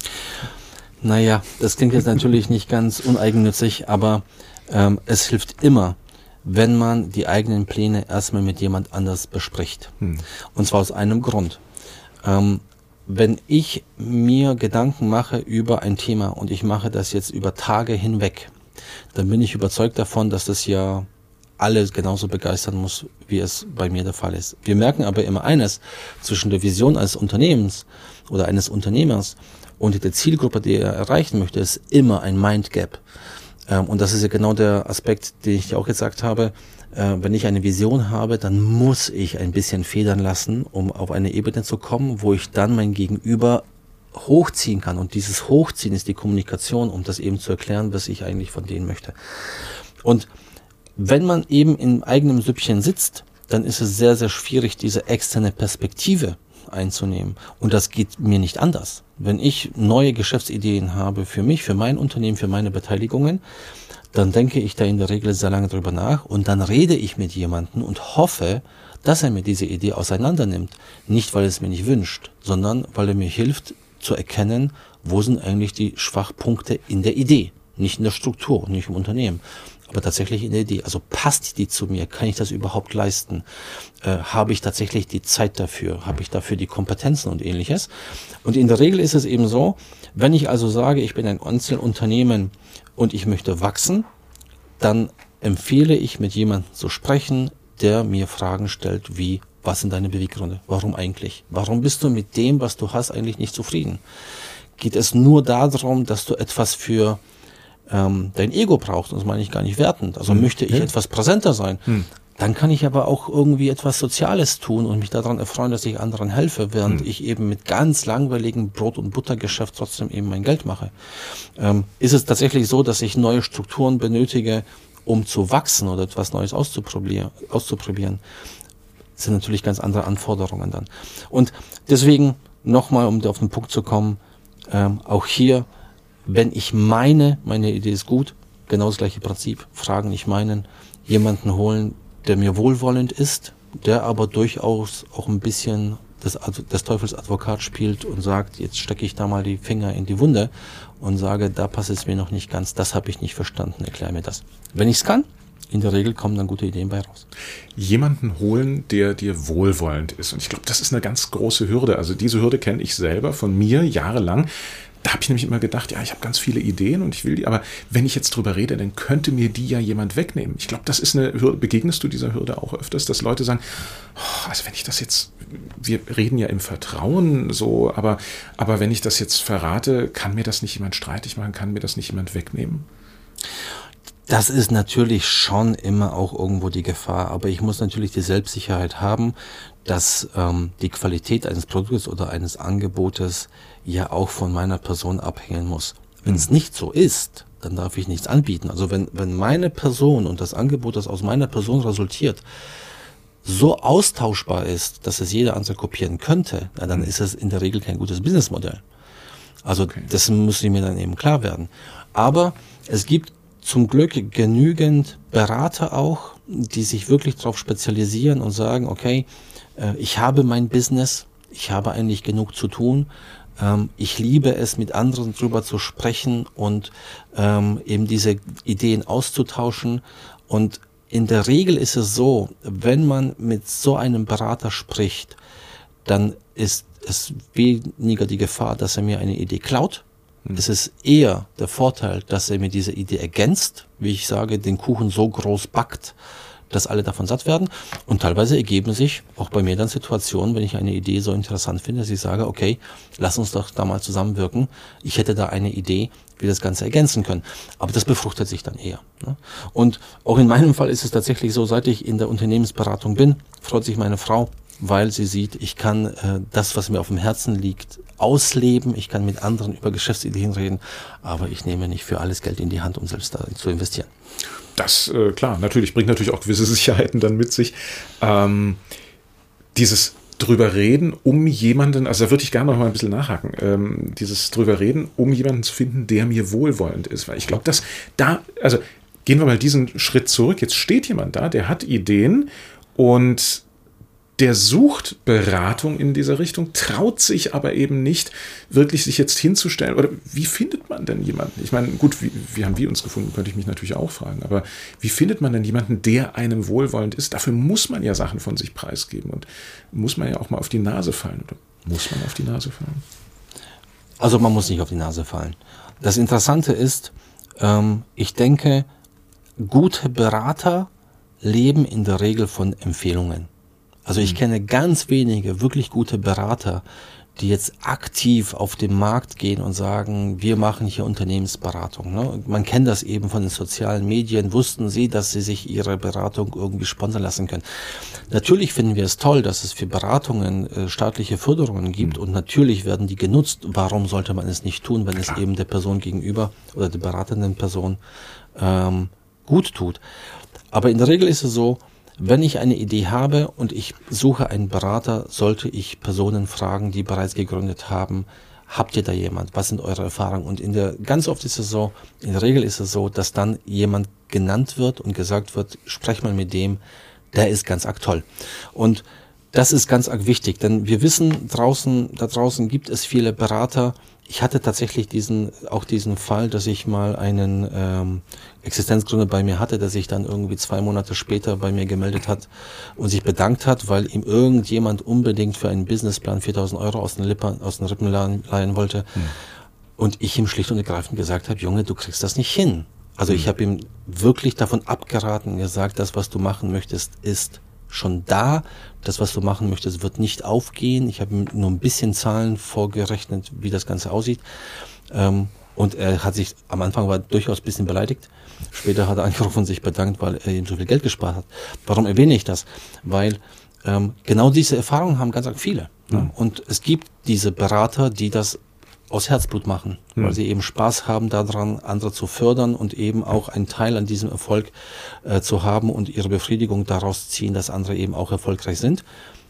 Naja, das klingt jetzt natürlich nicht ganz uneigennützig, aber ähm, es hilft immer, wenn man die eigenen Pläne erstmal mit jemand anders bespricht. Hm. Und zwar aus einem Grund. Ähm, wenn ich mir Gedanken mache über ein Thema und ich mache das jetzt über Tage hinweg, dann bin ich überzeugt davon, dass das ja alle genauso begeistern muss, wie es bei mir der Fall ist. Wir merken aber immer eines, zwischen der Vision eines Unternehmens oder eines Unternehmers und der Zielgruppe, die er erreichen möchte, ist immer ein Mindgap. Und das ist ja genau der Aspekt, den ich dir auch gesagt habe. Wenn ich eine Vision habe, dann muss ich ein bisschen federn lassen, um auf eine Ebene zu kommen, wo ich dann mein Gegenüber hochziehen kann. Und dieses Hochziehen ist die Kommunikation, um das eben zu erklären, was ich eigentlich von denen möchte. Und wenn man eben im eigenen Süppchen sitzt, dann ist es sehr, sehr schwierig, diese externe Perspektive einzunehmen. Und das geht mir nicht anders. Wenn ich neue Geschäftsideen habe für mich, für mein Unternehmen, für meine Beteiligungen, dann denke ich da in der Regel sehr lange drüber nach und dann rede ich mit jemandem und hoffe, dass er mir diese Idee auseinander nimmt. Nicht, weil er es mir nicht wünscht, sondern weil er mir hilft zu erkennen, wo sind eigentlich die Schwachpunkte in der Idee. Nicht in der Struktur und nicht im Unternehmen, aber tatsächlich in der Idee. Also passt die zu mir? Kann ich das überhaupt leisten? Äh, habe ich tatsächlich die Zeit dafür? Habe ich dafür die Kompetenzen und ähnliches? Und in der Regel ist es eben so, wenn ich also sage, ich bin ein Einzelunternehmen und ich möchte wachsen, dann empfehle ich, mit jemandem zu sprechen, der mir Fragen stellt wie, was sind deine Beweggründe? Warum eigentlich? Warum bist du mit dem, was du hast, eigentlich nicht zufrieden? Geht es nur darum, dass du etwas für ähm, dein Ego brauchst? Das meine ich gar nicht wertend. Also hm. möchte ich ja. etwas präsenter sein. Hm. Dann kann ich aber auch irgendwie etwas Soziales tun und mich daran erfreuen, dass ich anderen helfe, während hm. ich eben mit ganz langweiligen Brot- und Buttergeschäft trotzdem eben mein Geld mache. Ähm, ist es tatsächlich so, dass ich neue Strukturen benötige, um zu wachsen oder etwas Neues auszuprobieren, auszuprobieren? Das sind natürlich ganz andere Anforderungen dann. Und deswegen nochmal, um auf den Punkt zu kommen, ähm, auch hier, wenn ich meine, meine Idee ist gut, genau das gleiche Prinzip, Fragen nicht meinen, jemanden holen, der mir wohlwollend ist, der aber durchaus auch ein bisschen des, des Teufels Advokat spielt und sagt, jetzt stecke ich da mal die Finger in die Wunde und sage, da passt es mir noch nicht ganz, das habe ich nicht verstanden, erklär mir das. Wenn ich es kann, in der Regel kommen dann gute Ideen bei raus. Jemanden holen, der dir wohlwollend ist. Und ich glaube, das ist eine ganz große Hürde. Also diese Hürde kenne ich selber von mir jahrelang. da habe ich nämlich immer gedacht, ja, ich habe ganz viele Ideen und ich will die, aber wenn ich jetzt drüber rede, dann könnte mir die ja jemand wegnehmen. Ich glaube, das ist eine Hürde. Begegnest du dieser Hürde auch öfters, dass Leute sagen, oh, also wenn ich das jetzt, wir reden ja im Vertrauen so, aber, aber wenn ich das jetzt verrate, kann mir das nicht jemand streitig machen, kann mir das nicht jemand wegnehmen? Das ist natürlich schon immer auch irgendwo die Gefahr, aber ich muss natürlich die Selbstsicherheit haben, dass ähm, die Qualität eines Produktes oder eines Angebotes ja auch von meiner Person abhängen muss. Wenn es nicht so ist, dann darf ich nichts anbieten. Also wenn, wenn meine Person und das Angebot, das aus meiner Person resultiert, so austauschbar ist, dass es jeder andere kopieren könnte, na, dann ist es in der Regel kein gutes Businessmodell. Also okay. Das muss ich mir dann eben klar werden. Aber es gibt zum Glück genügend Berater auch, die sich wirklich darauf spezialisieren und sagen, okay, äh, ich habe mein Business, ich habe eigentlich genug zu tun, ähm, ich liebe es, mit anderen drüber zu sprechen und ähm, eben diese Ideen auszutauschen. Und in der Regel ist es so, wenn man mit so einem Berater spricht, dann ist es weniger die Gefahr, dass er mir eine Idee klaut. Es ist eher der Vorteil, dass er mir diese Idee ergänzt, wie ich sage, den Kuchen so groß backt, dass alle davon satt werden. Und teilweise ergeben sich auch bei mir dann Situationen, wenn ich eine Idee so interessant finde, dass ich sage, okay, lass uns doch da mal zusammenwirken. Ich hätte da eine Idee, wie wir das Ganze ergänzen können. Aber das befruchtet sich dann eher. Und auch in meinem Fall ist es tatsächlich so, seit ich in der Unternehmensberatung bin, freut sich meine Frau, weil sie sieht, ich kann äh, das, was mir auf dem Herzen liegt, ausleben. Ich kann mit anderen über Geschäftsideen reden, aber ich nehme nicht für alles Geld in die Hand, um selbst da zu investieren. Das, äh, klar, natürlich, bringt natürlich auch gewisse Sicherheiten dann mit sich. Ähm, dieses drüber reden, um jemanden, also da würde ich gerne noch mal ein bisschen nachhaken, ähm, dieses drüber reden, um jemanden zu finden, der mir wohlwollend ist, weil ich glaube, dass da, also gehen wir mal diesen Schritt zurück, jetzt steht jemand da, der hat Ideen und der sucht Beratung in dieser Richtung, traut sich aber eben nicht, wirklich sich jetzt hinzustellen. Oder wie findet man denn jemanden? Ich meine, gut, wie, wie haben wir uns gefunden, könnte ich mich natürlich auch fragen. Aber wie findet man denn jemanden, der einem wohlwollend ist? Dafür muss man ja Sachen von sich preisgeben und muss man ja auch mal auf die Nase fallen. Oder muss man auf die Nase fallen? Also man muss nicht auf die Nase fallen. Das Interessante ist, ähm, ich denke, gute Berater leben in der Regel von Empfehlungen. Also ich kenne ganz wenige wirklich gute Berater, die jetzt aktiv auf den Markt gehen und sagen, wir machen hier Unternehmensberatung. Ne? Man kennt das eben von den sozialen Medien. Wussten Sie, dass Sie sich Ihre Beratung irgendwie sponsern lassen können? Natürlich finden wir es toll, dass es für Beratungen äh, staatliche Förderungen gibt und natürlich werden die genutzt. Warum sollte man es nicht tun, wenn es eben der Person gegenüber oder der beratenden Person ähm, gut tut? Aber in der Regel ist es so, wenn ich eine Idee habe und ich suche einen Berater, sollte ich Personen fragen, die bereits gegründet haben, habt ihr da jemand? Was sind eure Erfahrungen? Und in der, ganz oft ist es so, in der Regel ist es so, dass dann jemand genannt wird und gesagt wird, sprech mal mit dem, der ist ganz arg toll. Und das ist ganz arg wichtig, denn wir wissen, draußen, da draußen gibt es viele Berater. Ich hatte tatsächlich diesen, auch diesen Fall, dass ich mal einen ähm, Existenzgründer bei mir hatte, der sich dann irgendwie zwei Monate später bei mir gemeldet hat und sich bedankt hat, weil ihm irgendjemand unbedingt für einen Businessplan viertausend Euro aus den, Lippen, aus den Rippen leihen wollte. Hm. Und ich ihm schlicht und ergreifend gesagt habe, Junge, du kriegst das nicht hin. Also hm. ich habe ihm wirklich davon abgeraten und gesagt, das, was du machen möchtest, ist schon da. Das, was du machen möchtest, wird nicht aufgehen. Ich habe ihm nur ein bisschen Zahlen vorgerechnet, wie das Ganze aussieht. Ähm, und er hat sich, am Anfang war durchaus ein bisschen beleidigt. Später hat er angerufen und sich bedankt, weil er ihm so viel Geld gespart hat. Warum erwähne ich das? Weil ähm, genau diese Erfahrungen haben ganz viele. Mhm. Ne? Und es gibt diese Berater, die das aus Herzblut machen, mhm. weil sie eben Spaß haben daran, andere zu fördern und eben auch einen Teil an diesem Erfolg äh, zu haben und ihre Befriedigung daraus ziehen, dass andere eben auch erfolgreich sind.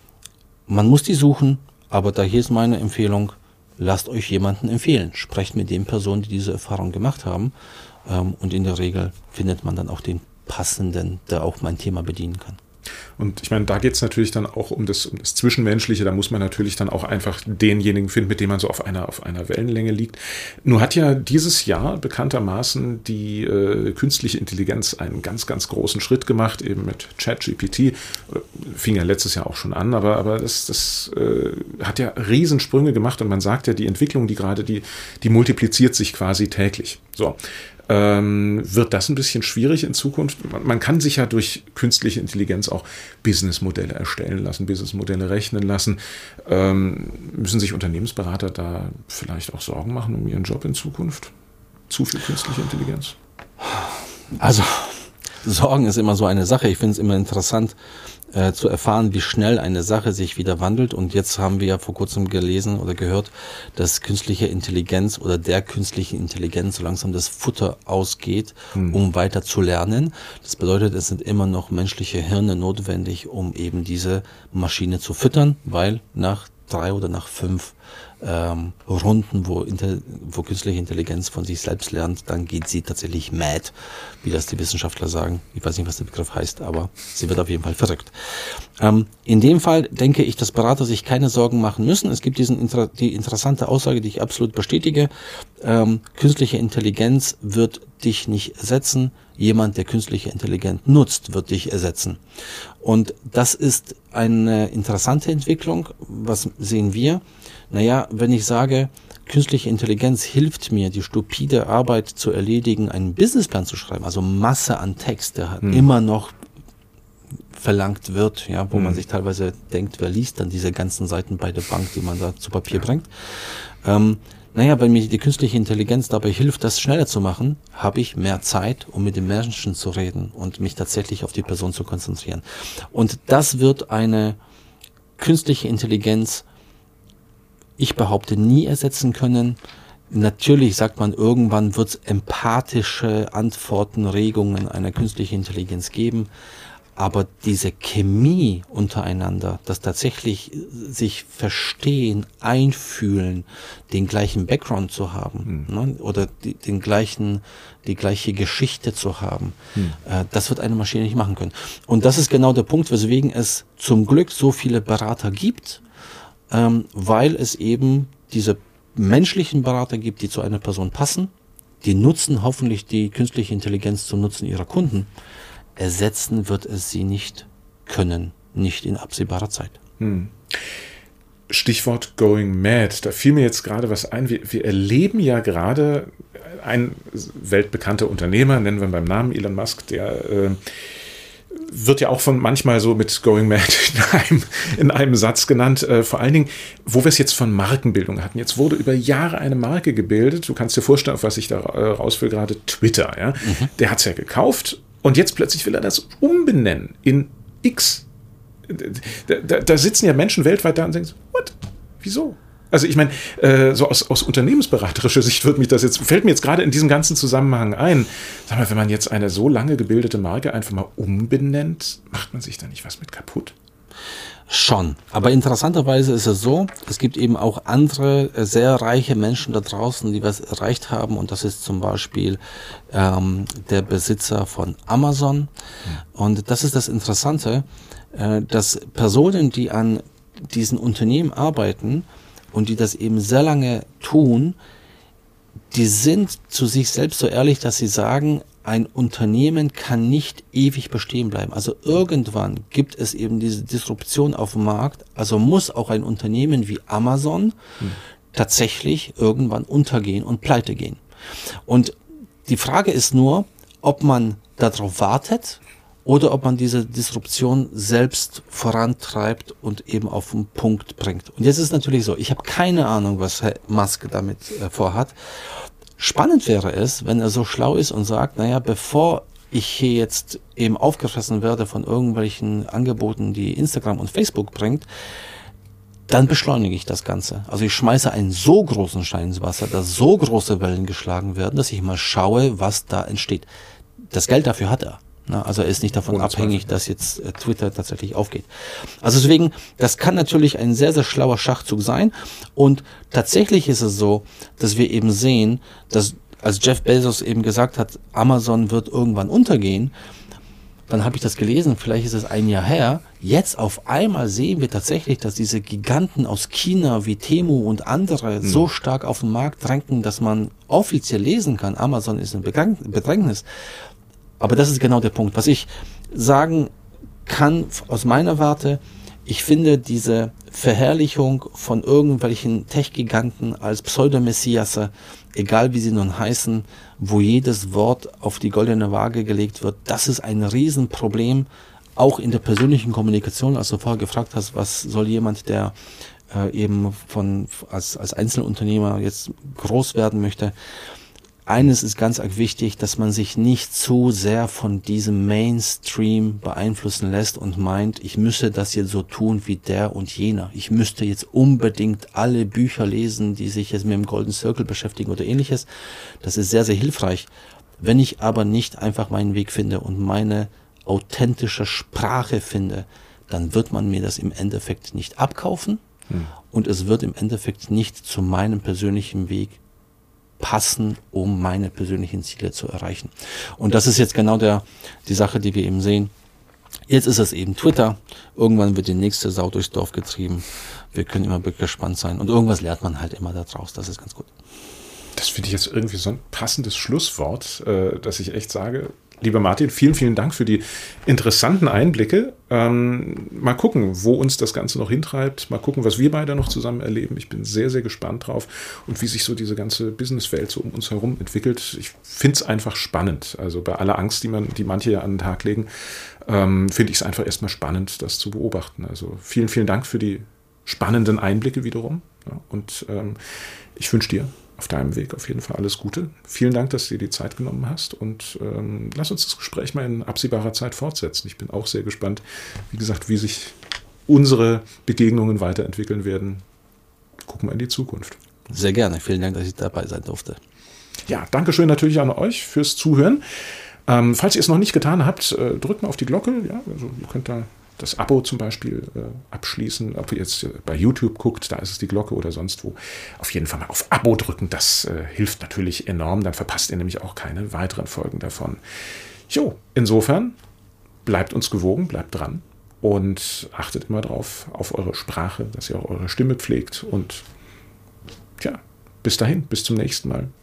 Man muss die suchen, aber da hier ist meine Empfehlung, lasst euch jemanden empfehlen. Sprecht mit den Personen, die diese Erfahrung gemacht haben ähm, und in der Regel findet man dann auch den passenden, der auch mein Thema bedienen kann. Und ich meine, da geht es natürlich dann auch um das, um das Zwischenmenschliche. Da muss man natürlich dann auch einfach denjenigen finden, mit dem man so auf einer, auf einer Wellenlänge liegt. Nur hat ja dieses Jahr bekanntermaßen die äh, künstliche Intelligenz einen ganz, ganz großen Schritt gemacht, eben mit ChatGPT. Fing ja letztes Jahr auch schon an, aber, aber das, das äh, hat ja Riesensprünge gemacht und man sagt ja, die Entwicklung, die gerade, die, die multipliziert sich quasi täglich. So. Ähm, wird das ein bisschen schwierig in Zukunft? Man, man kann sich ja durch künstliche Intelligenz auch Businessmodelle erstellen lassen, Businessmodelle rechnen lassen. Ähm, müssen sich Unternehmensberater da vielleicht auch Sorgen machen um ihren Job in Zukunft? Zu viel künstliche Intelligenz? Also, Sorgen ist immer so eine Sache. Ich finde es immer interessant äh, zu erfahren, wie schnell eine Sache sich wieder wandelt. Und jetzt haben wir ja vor kurzem gelesen oder gehört, dass künstliche Intelligenz oder der künstlichen Intelligenz so langsam das Futter ausgeht, hm. um weiter zu lernen. Das bedeutet, es sind immer noch menschliche Hirne notwendig, um eben diese Maschine zu füttern, weil nach drei oder nach fünf ähm, Runden, wo, Inter- wo künstliche Intelligenz von sich selbst lernt, dann geht sie tatsächlich mad, wie das die Wissenschaftler sagen. Ich weiß nicht, was der Begriff heißt, aber sie wird auf jeden Fall verrückt. Ähm, in dem Fall denke ich, dass Berater sich keine Sorgen machen müssen. Es gibt diesen inter- die interessante Aussage, die ich absolut bestätige. Ähm, künstliche Intelligenz wird dich nicht ersetzen. Jemand, der künstliche Intelligenz nutzt, wird dich ersetzen. Und das ist eine interessante Entwicklung. Was sehen wir? Naja, wenn ich sage, künstliche Intelligenz hilft mir, die stupide Arbeit zu erledigen, einen Businessplan zu schreiben, also Masse an Text, der hm. immer noch verlangt wird, ja, wo hm. man sich teilweise denkt, wer liest dann diese ganzen Seiten bei der Bank, die man da zu Papier ja. bringt. Ähm, naja, wenn mir die künstliche Intelligenz dabei hilft, das schneller zu machen, habe ich mehr Zeit, um mit dem Menschen zu reden und mich tatsächlich auf die Person zu konzentrieren. Und das wird eine künstliche Intelligenz, ich behaupte, nie ersetzen können. Natürlich sagt man, irgendwann wird es empathische Antworten, Regungen einer künstlichen Intelligenz geben. Aber diese Chemie untereinander, das tatsächlich sich verstehen, einfühlen, den gleichen Background zu haben, hm. ne, oder die, den gleichen, die gleiche Geschichte zu haben, hm. äh, das wird eine Maschine nicht machen können. Und das ist genau der Punkt, weswegen es zum Glück so viele Berater gibt, ähm, weil es eben diese menschlichen Berater gibt, die zu einer Person passen, die nutzen hoffentlich die künstliche Intelligenz zum Nutzen ihrer Kunden. Ersetzen wird es sie nicht können, nicht in absehbarer Zeit. Hm. Stichwort Going Mad, da fiel mir jetzt gerade was ein. Wir, wir erleben ja gerade ein weltbekannter Unternehmer, nennen wir ihn beim Namen Elon Musk, der äh, wird ja auch von manchmal so mit Going Mad in einem, in einem Satz genannt. Äh, vor allen Dingen, wo wir es jetzt von Markenbildung hatten. Jetzt wurde über Jahre eine Marke gebildet. Du kannst dir vorstellen, auf was ich da äh, raus will, gerade Twitter. Ja? Mhm. Der hat es ja gekauft. Und jetzt plötzlich will er das umbenennen in X. Da, da, da sitzen ja Menschen weltweit da und denken, what? Wieso? Also ich meine, äh, so aus, aus unternehmensberaterischer Sicht wird mich das jetzt, fällt mir jetzt gerade in diesem ganzen Zusammenhang ein. Sag mal, wenn man jetzt eine so lange gebildete Marke einfach mal umbenennt, macht man sich da nicht was mit kaputt? Schon. Aber interessanterweise ist es so, es gibt eben auch andere sehr reiche Menschen da draußen, die was erreicht haben. Und das ist zum Beispiel ähm, der Besitzer von Amazon. Und das ist das Interessante, äh, dass Personen, die an diesen Unternehmen arbeiten und die das eben sehr lange tun, die sind zu sich selbst so ehrlich, dass sie sagen, ein Unternehmen kann nicht ewig bestehen bleiben. Also irgendwann gibt es eben diese Disruption auf dem Markt. Also muss auch ein Unternehmen wie Amazon hm. tatsächlich irgendwann untergehen und pleite gehen. Und die Frage ist nur, ob man darauf wartet oder ob man diese Disruption selbst vorantreibt und eben auf den Punkt bringt. Und jetzt ist natürlich so, ich habe keine Ahnung, was Herr Musk damit äh, vorhat. Spannend wäre es, wenn er so schlau ist und sagt, naja, bevor ich hier jetzt eben aufgefressen werde von irgendwelchen Angeboten, die Instagram und Facebook bringt, dann beschleunige ich das Ganze. Also ich schmeiße einen so großen Stein ins Wasser, dass so große Wellen geschlagen werden, dass ich mal schaue, was da entsteht. Das Geld dafür hat er. Also er ist nicht davon abhängig, dass jetzt Twitter tatsächlich aufgeht. Also deswegen, das kann natürlich ein sehr, sehr schlauer Schachzug sein. Und tatsächlich ist es so, dass wir eben sehen, dass, als Jeff Bezos eben gesagt hat, Amazon wird irgendwann untergehen, dann habe ich das gelesen, vielleicht ist es ein Jahr her. Jetzt auf einmal sehen wir tatsächlich, dass diese Giganten aus China wie Temu und andere mhm. so stark auf den Markt drängen, dass man offiziell lesen kann, Amazon ist ein Bedrängnis. Aber das ist genau der Punkt. Was ich sagen kann aus meiner Warte, ich finde diese Verherrlichung von irgendwelchen Tech-Giganten als Pseudomessiasse, egal wie sie nun heißen, wo jedes Wort auf die goldene Waage gelegt wird, das ist ein Riesenproblem, auch in der persönlichen Kommunikation. Als du vorher gefragt hast, was soll jemand, der äh, eben von als, als Einzelunternehmer jetzt groß werden möchte, eines ist ganz arg wichtig, dass man sich nicht zu sehr von diesem Mainstream beeinflussen lässt und meint, ich müsse das jetzt so tun wie der und jener. Ich müsste jetzt unbedingt alle Bücher lesen, die sich jetzt mit dem Golden Circle beschäftigen oder ähnliches. Das ist sehr, sehr hilfreich. Wenn ich aber nicht einfach meinen Weg finde und meine authentische Sprache finde, dann wird man mir das im Endeffekt nicht abkaufen hm. und es wird im Endeffekt nicht zu meinem persönlichen Weg passen, um meine persönlichen Ziele zu erreichen. Und das ist jetzt genau der die Sache, die wir eben sehen. Jetzt ist es eben Twitter. Irgendwann wird die nächste Sau durchs Dorf getrieben. Wir können immer gespannt sein. Und irgendwas lernt man halt immer da draus. Das ist ganz gut. Das finde ich jetzt irgendwie so ein passendes Schlusswort, äh, dass ich echt sage, lieber Martin, vielen, vielen Dank für die interessanten Einblicke. Ähm, mal gucken, wo uns das Ganze noch hintreibt. Mal gucken, was wir beide noch zusammen erleben. Ich bin sehr, sehr gespannt drauf und wie sich so diese ganze Businesswelt so um uns herum entwickelt. Ich finde es einfach spannend. Also bei aller Angst, die man, die manche ja an den Tag legen, ähm, finde ich es einfach erstmal spannend, das zu beobachten. Also vielen, vielen Dank für die spannenden Einblicke wiederum. Ja, und ähm, ich wünsche dir auf deinem Weg auf jeden Fall alles Gute. Vielen Dank, dass du dir die Zeit genommen hast und ähm, lass uns das Gespräch mal in absehbarer Zeit fortsetzen. Ich bin auch sehr gespannt, wie gesagt, wie sich unsere Begegnungen weiterentwickeln werden. Gucken wir in die Zukunft. Sehr gerne. Vielen Dank, dass ich dabei sein durfte. Ja, danke schön natürlich an euch fürs Zuhören. Ähm, falls ihr es noch nicht getan habt, äh, drückt mal auf die Glocke. Ja, also ihr könnt da das Abo zum Beispiel äh, abschließen. Ob ihr jetzt bei YouTube guckt, da ist es die Glocke oder sonst wo. Auf jeden Fall mal auf Abo drücken, das äh, hilft natürlich enorm. Dann verpasst ihr nämlich auch keine weiteren Folgen davon. Jo, insofern bleibt uns gewogen, bleibt dran und achtet immer drauf auf eure Sprache, dass ihr auch eure Stimme pflegt. Und ja, bis dahin, bis zum nächsten Mal.